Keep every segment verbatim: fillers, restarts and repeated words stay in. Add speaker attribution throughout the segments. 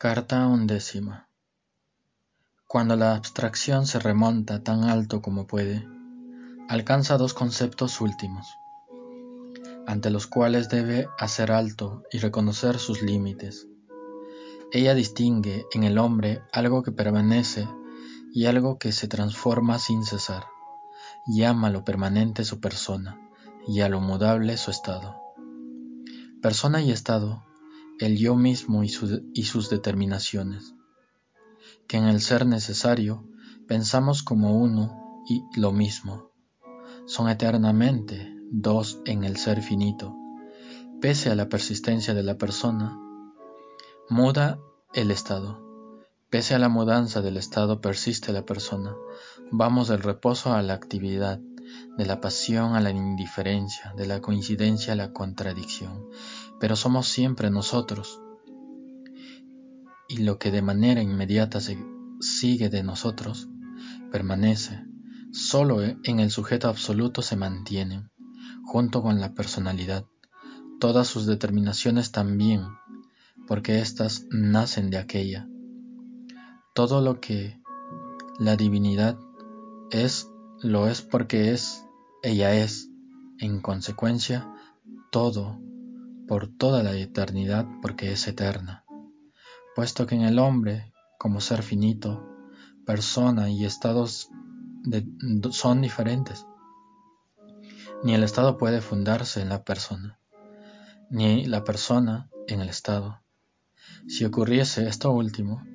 Speaker 1: Carta undécima. Cuando la abstracción se remonta tan alto como puede, alcanza dos conceptos últimos, ante los cuales debe hacer alto y reconocer sus límites. Ella distingue en el hombre algo que permanece y algo que se transforma sin cesar. Llama a lo permanente su persona y a lo mudable su estado. Persona y estado, el yo mismo y, su, y sus determinaciones, que en el ser necesario pensamos como uno y lo mismo. Son eternamente dos en el ser finito. Pese a la persistencia de la persona, muda el estado. Pese a la mudanza del estado persiste la persona. Vamos del reposo a la actividad, de la pasión a la indiferencia, de la coincidencia a la contradicción. Pero somos siempre nosotros. Y lo que de manera inmediata se sigue de nosotros, permanece. Solo en el sujeto absoluto se mantienen, junto con la personalidad, todas sus determinaciones también, porque éstas nacen de aquella. Todo lo que la divinidad es, lo es porque es, ella es, en consecuencia, todo, por toda la eternidad, porque es eterna. Puesto que en el hombre, como ser finito, persona y estados de, son diferentes. Ni el estado puede fundarse en la persona, ni la persona en el estado. Si ocurriese esto último,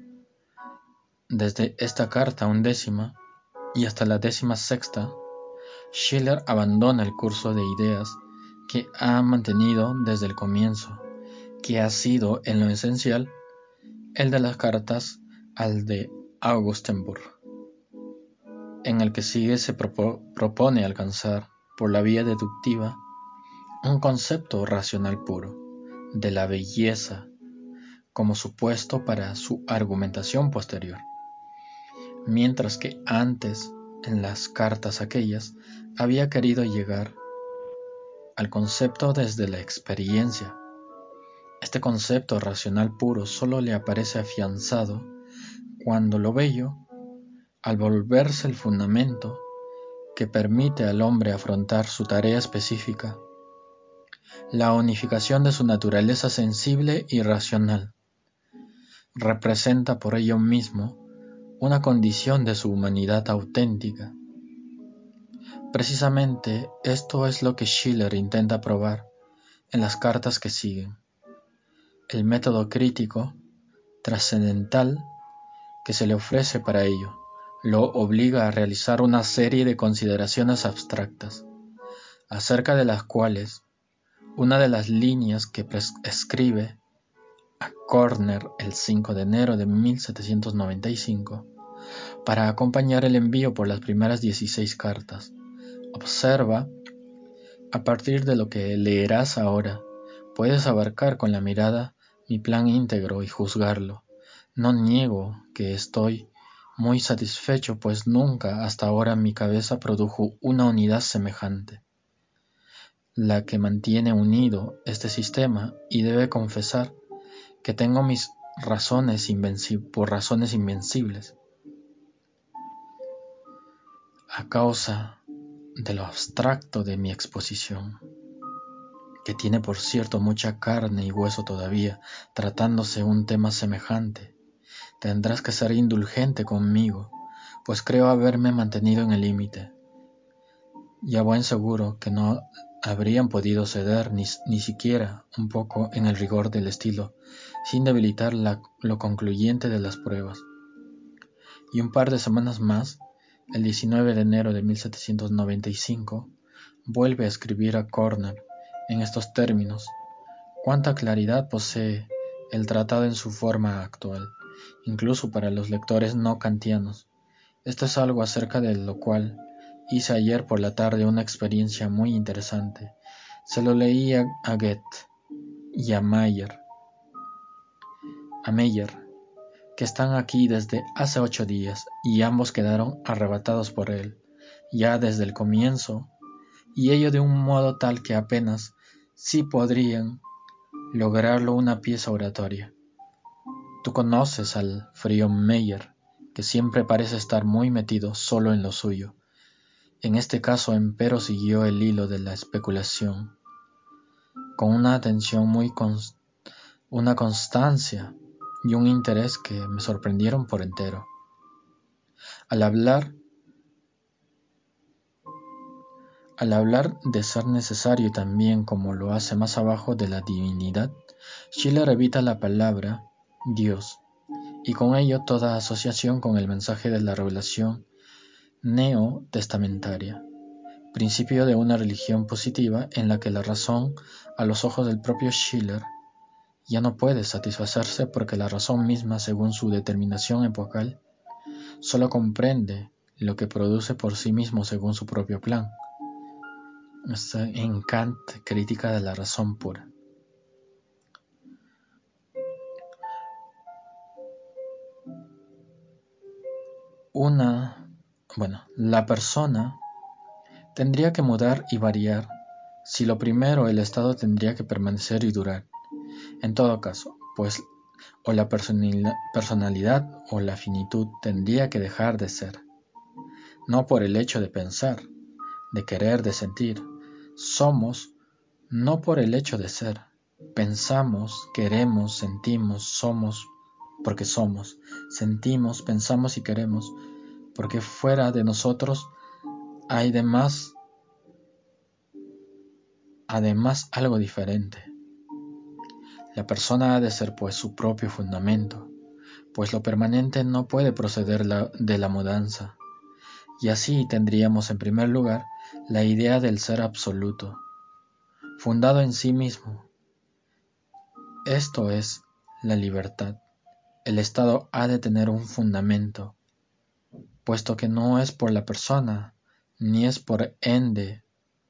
Speaker 1: desde esta carta undécima y hasta la décima sexta, Schiller abandona el curso de ideas que ha mantenido desde el comienzo, que ha sido, en lo esencial, el de las cartas al de Augustenburg. En el que sigue se propo, propone alcanzar, por la vía deductiva, un concepto racional puro, de la belleza, como supuesto para su argumentación posterior. Mientras que antes, en las cartas aquellas, había querido llegar al concepto desde la experiencia. Este concepto racional puro solo le aparece afianzado cuando lo bello, al volverse el fundamento que permite al hombre afrontar su tarea específica, la unificación de su naturaleza sensible y racional, representa por ello mismo una condición de su humanidad auténtica. Precisamente esto es lo que Schiller intenta probar en las cartas que siguen. El método crítico, trascendental, que se le ofrece para ello, lo obliga a realizar una serie de consideraciones abstractas, acerca de las cuales una de las líneas que escribe a Körner el cinco de enero de mil setecientos noventa y cinco, para acompañar el envío por las primeras dieciséis cartas, observa: a partir de lo que leerás ahora, puedes abarcar con la mirada mi plan íntegro y juzgarlo. No niego que estoy muy satisfecho, pues nunca hasta ahora mi cabeza produjo una unidad semejante, la que mantiene unido este sistema, y debe confesar que tengo mis razones invenci- por razones invencibles, a causa de lo abstracto de mi exposición, que tiene por cierto mucha carne y hueso todavía, tratándose un tema semejante. Tendrás que ser indulgente conmigo, pues creo haberme mantenido en el límite, y a buen seguro que no habrían podido ceder ni, ni siquiera un poco en el rigor del estilo, sin debilitar la, lo concluyente de las pruebas. Y un par de semanas más, el diecinueve de enero de mil setecientos noventa y cinco, vuelve a escribir a Körner en estos términos: cuánta claridad posee el tratado en su forma actual, incluso para los lectores no kantianos. Esto es algo acerca de lo cual hice ayer por la tarde una experiencia muy interesante. Se lo leí a, a Goethe y a Meyer, a Meyer, que están aquí desde hace ocho días, y ambos quedaron arrebatados por él, ya desde el comienzo, y ello de un modo tal que apenas sí podrían lograrlo una pieza oratoria. Tú conoces al frío Meyer, que siempre parece estar muy metido solo en lo suyo. En este caso, empero, siguió el hilo de la especulación, con una atención muy const una constancia y un interés que me sorprendieron por entero. Al hablar, al hablar de ser necesario también, como lo hace más abajo, de la divinidad, Schiller evita la palabra Dios, y con ello toda asociación con el mensaje de la revelación neotestamentaria, principio de una religión positiva en la que la razón, a los ojos del propio Schiller, ya no puede satisfacerse porque la razón misma, según su determinación epocal, solo comprende lo que produce por sí mismo según su propio plan. Está en Kant, Crítica de la Razón Pura. Una, bueno, la persona tendría que mudar y variar. Si lo primero, el estado tendría que permanecer y durar. En todo caso, pues o la personalidad o la finitud tendría que dejar de ser, no por el hecho de pensar, de querer, de sentir. Somos no por el hecho de ser. Pensamos, queremos, sentimos, somos porque somos. Sentimos, pensamos y queremos porque fuera de nosotros hay demás, además algo diferente. La persona ha de ser pues su propio fundamento, pues lo permanente no puede proceder la, de la mudanza. Y así tendríamos en primer lugar la idea del ser absoluto, fundado en sí mismo. Esto es la libertad. El Estado ha de tener un fundamento, puesto que no es por la persona, ni es por ende.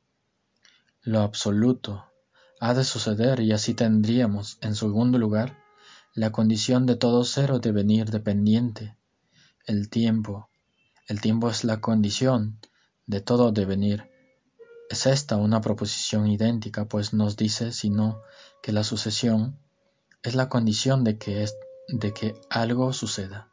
Speaker 1: Lo absoluto ha de suceder y así tendríamos, en segundo lugar, la condición de todo ser o devenir dependiente, el tiempo. El tiempo es la condición de todo devenir. Es esta una proposición idéntica, pues nos dice, sino que la sucesión es la condición de que, es, de que algo suceda.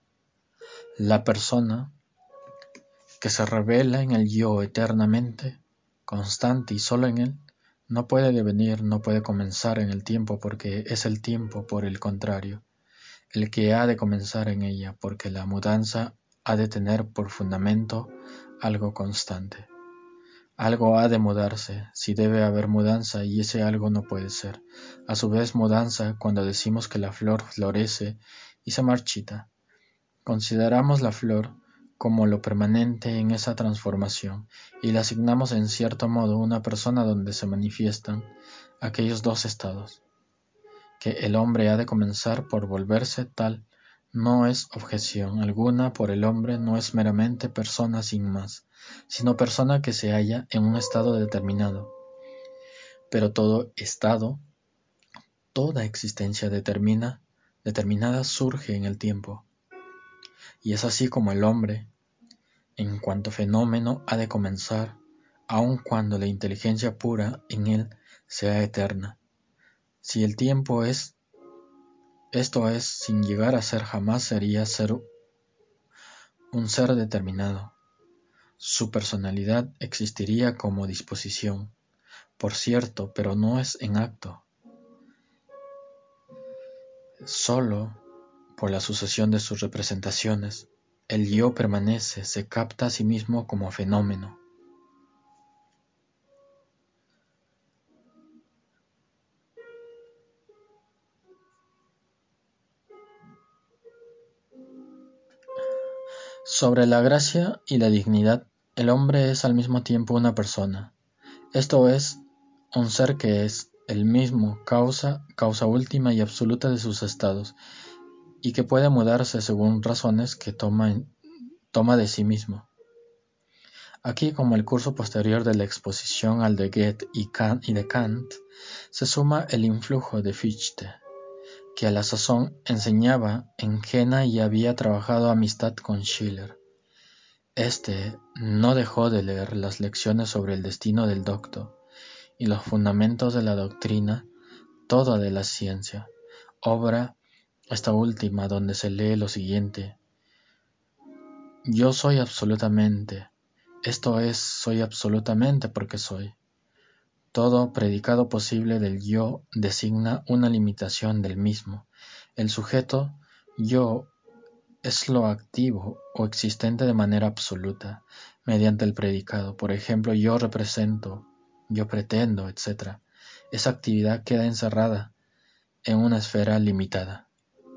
Speaker 1: La persona, que se revela en el yo eternamente, constante y solo en él, no puede devenir, no puede comenzar en el tiempo, porque es el tiempo, por el contrario, el que ha de comenzar en ella, porque la mudanza ha de tener por fundamento algo constante. Algo ha de mudarse, si debe haber mudanza, y ese algo no puede ser, a su vez, mudanza cuando decimos que la flor florece y se marchita. Consideramos la flor como lo permanente en esa transformación, y le asignamos en cierto modo una persona donde se manifiestan aquellos dos estados. Que el hombre ha de comenzar por volverse tal no es objeción alguna, por el hombre no es meramente persona sin más, sino persona que se halla en un estado determinado. Pero todo estado, toda existencia determina, determinada surge en el tiempo. Y es así como el hombre, en cuanto fenómeno, ha de comenzar, aun cuando la inteligencia pura en él sea eterna. Si el tiempo es, esto es, sin llegar a ser jamás, sería ser un ser determinado. Su personalidad existiría como disposición, por cierto, pero no es en acto. Solo por la sucesión de sus representaciones, el yo permanece, se capta a sí mismo como fenómeno. Sobre la gracia y la dignidad, el hombre es al mismo tiempo una persona, esto es, un ser que es el mismo causa, causa última y absoluta de sus estados, y que puede mudarse según razones que toma, toma de sí mismo. Aquí, como el curso posterior de la exposición al de Goethe y, Kant, y de Kant, se suma el influjo de Fichte, que a la sazón enseñaba en Jena y había trabajado amistad con Schiller. Este no dejó de leer las lecciones sobre el destino del docto y los fundamentos de la doctrina, toda de la ciencia, obra esta última donde se lee lo siguiente: yo soy absolutamente, esto es, soy absolutamente porque soy. Todo predicado posible del yo designa una limitación del mismo. El sujeto yo es lo activo o existente de manera absoluta, mediante el predicado. Por ejemplo, yo represento, yo pretendo, etcétera. Esa actividad queda encerrada en una esfera limitada.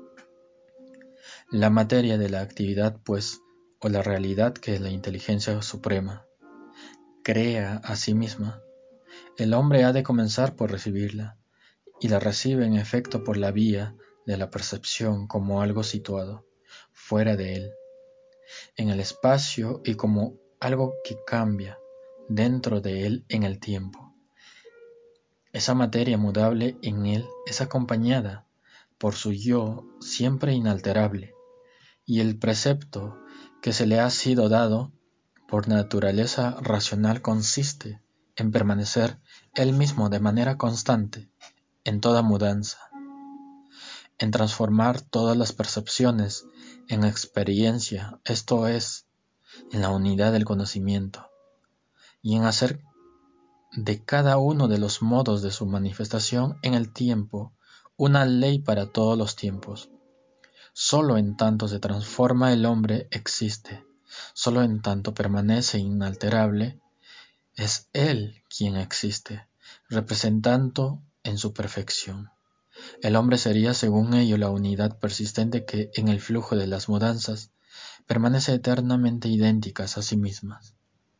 Speaker 1: La materia de la actividad, pues, o la realidad que es la inteligencia suprema, crea a sí misma. El hombre ha de comenzar por recibirla, y la recibe en efecto por la vía de la percepción como algo situado, fuera de él, en el espacio y como algo que cambia dentro de él en el tiempo. Esa materia mudable en él es acompañada por su yo siempre inalterable, y el precepto que se le ha sido dado por naturaleza racional consiste en permanecer él mismo de manera constante en toda mudanza, en transformar todas las percepciones en experiencia, esto es, en la unidad del conocimiento, y en hacer de cada uno de los modos de su manifestación en el tiempo una ley para todos los tiempos. Solo en tanto se transforma el hombre existe, solo en tanto permanece inalterable, es él quien existe, representando en su perfección. El hombre sería, según ello, la unidad persistente que, en el flujo de las mudanzas, permanece eternamente idénticas a sí mismas.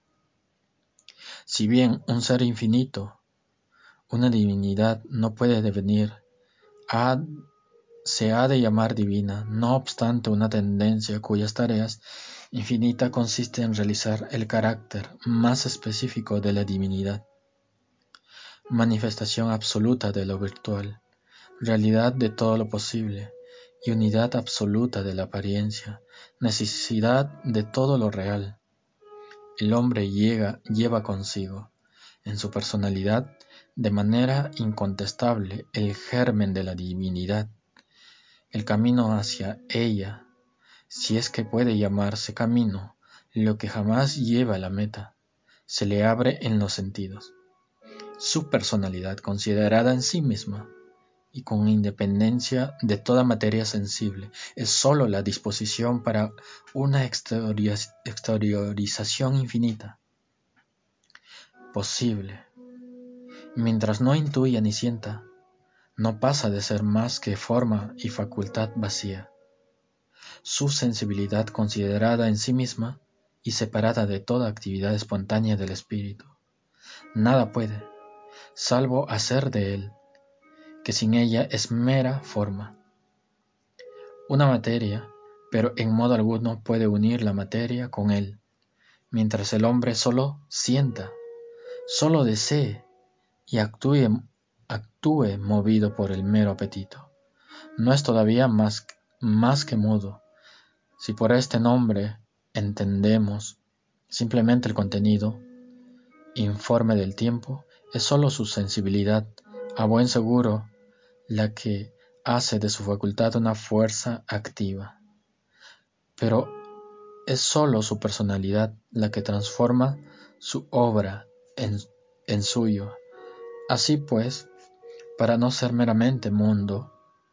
Speaker 1: Si bien un ser infinito, una divinidad, no puede devenir, ha, se ha de llamar divina, no obstante una tendencia cuyas tareas infinita consiste en realizar el carácter más específico de la divinidad, manifestación absoluta de lo virtual, realidad de todo lo posible y unidad absoluta de la apariencia, necesidad de todo lo real. El hombre llega, lleva consigo, en su personalidad, de manera incontestable, el germen de la divinidad, el camino hacia ella, si es que puede llamarse camino, lo que jamás lleva a la meta, se le abre en los sentidos. Su personalidad, considerada en sí misma, y con independencia de toda materia sensible, es sólo la disposición para una exteriorización infinita, posible. Mientras no intuya ni sienta, no pasa de ser más que forma y facultad vacía. Su sensibilidad, considerada en sí misma y separada de toda actividad espontánea del espíritu, nada puede, salvo hacer de él, que sin ella es mera forma. Una materia, pero en modo alguno puede unir la materia con él, mientras el hombre solo sienta, solo desee y actúe, actúe movido por el mero apetito. No es todavía más, más que mudo. Si por este nombre entendemos simplemente el contenido informe del tiempo, es solo su sensibilidad, a buen seguro, la que hace de su facultad una fuerza activa. Pero es sólo su personalidad la que transforma su obra en, en suyo. Así pues, para no ser meramente mundo,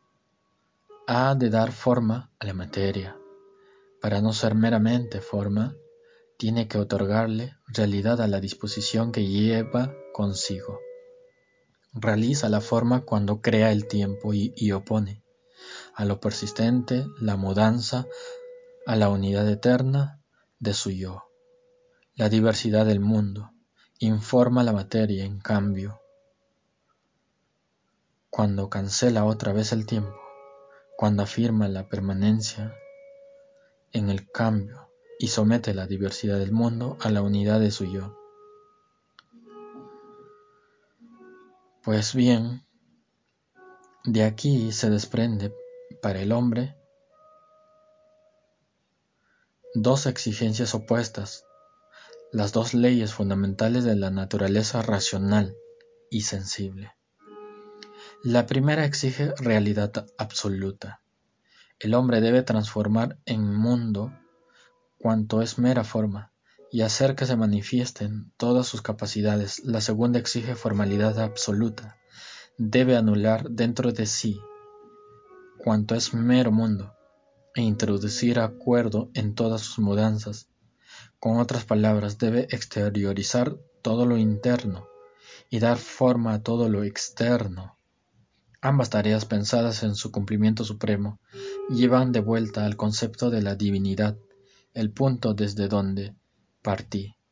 Speaker 1: ha de dar forma a la materia. Para no ser meramente forma, tiene que otorgarle realidad a la disposición que lleva consigo. Realiza la forma cuando crea el tiempo y, y opone a lo persistente la mudanza a la unidad eterna de su yo. La diversidad del mundo informa la materia, en cambio, cuando cancela otra vez el tiempo, cuando afirma la permanencia en el cambio y somete la diversidad del mundo a la unidad de su yo. Pues bien, de aquí se desprende para el hombre dos exigencias opuestas, las dos leyes fundamentales de la naturaleza racional y sensible. La primera exige realidad absoluta, El hombre debe transformar en mundo cuanto es mera forma, y hacer que se manifiesten todas sus capacidades. La segunda exige formalidad absoluta. Debe anular dentro de sí cuanto es mero mundo, e introducir acuerdo en todas sus mudanzas. Con otras palabras, debe exteriorizar todo lo interno y dar forma a todo lo externo. Ambas tareas, pensadas en su cumplimiento supremo, llevan de vuelta al concepto de la divinidad, el punto desde donde partí.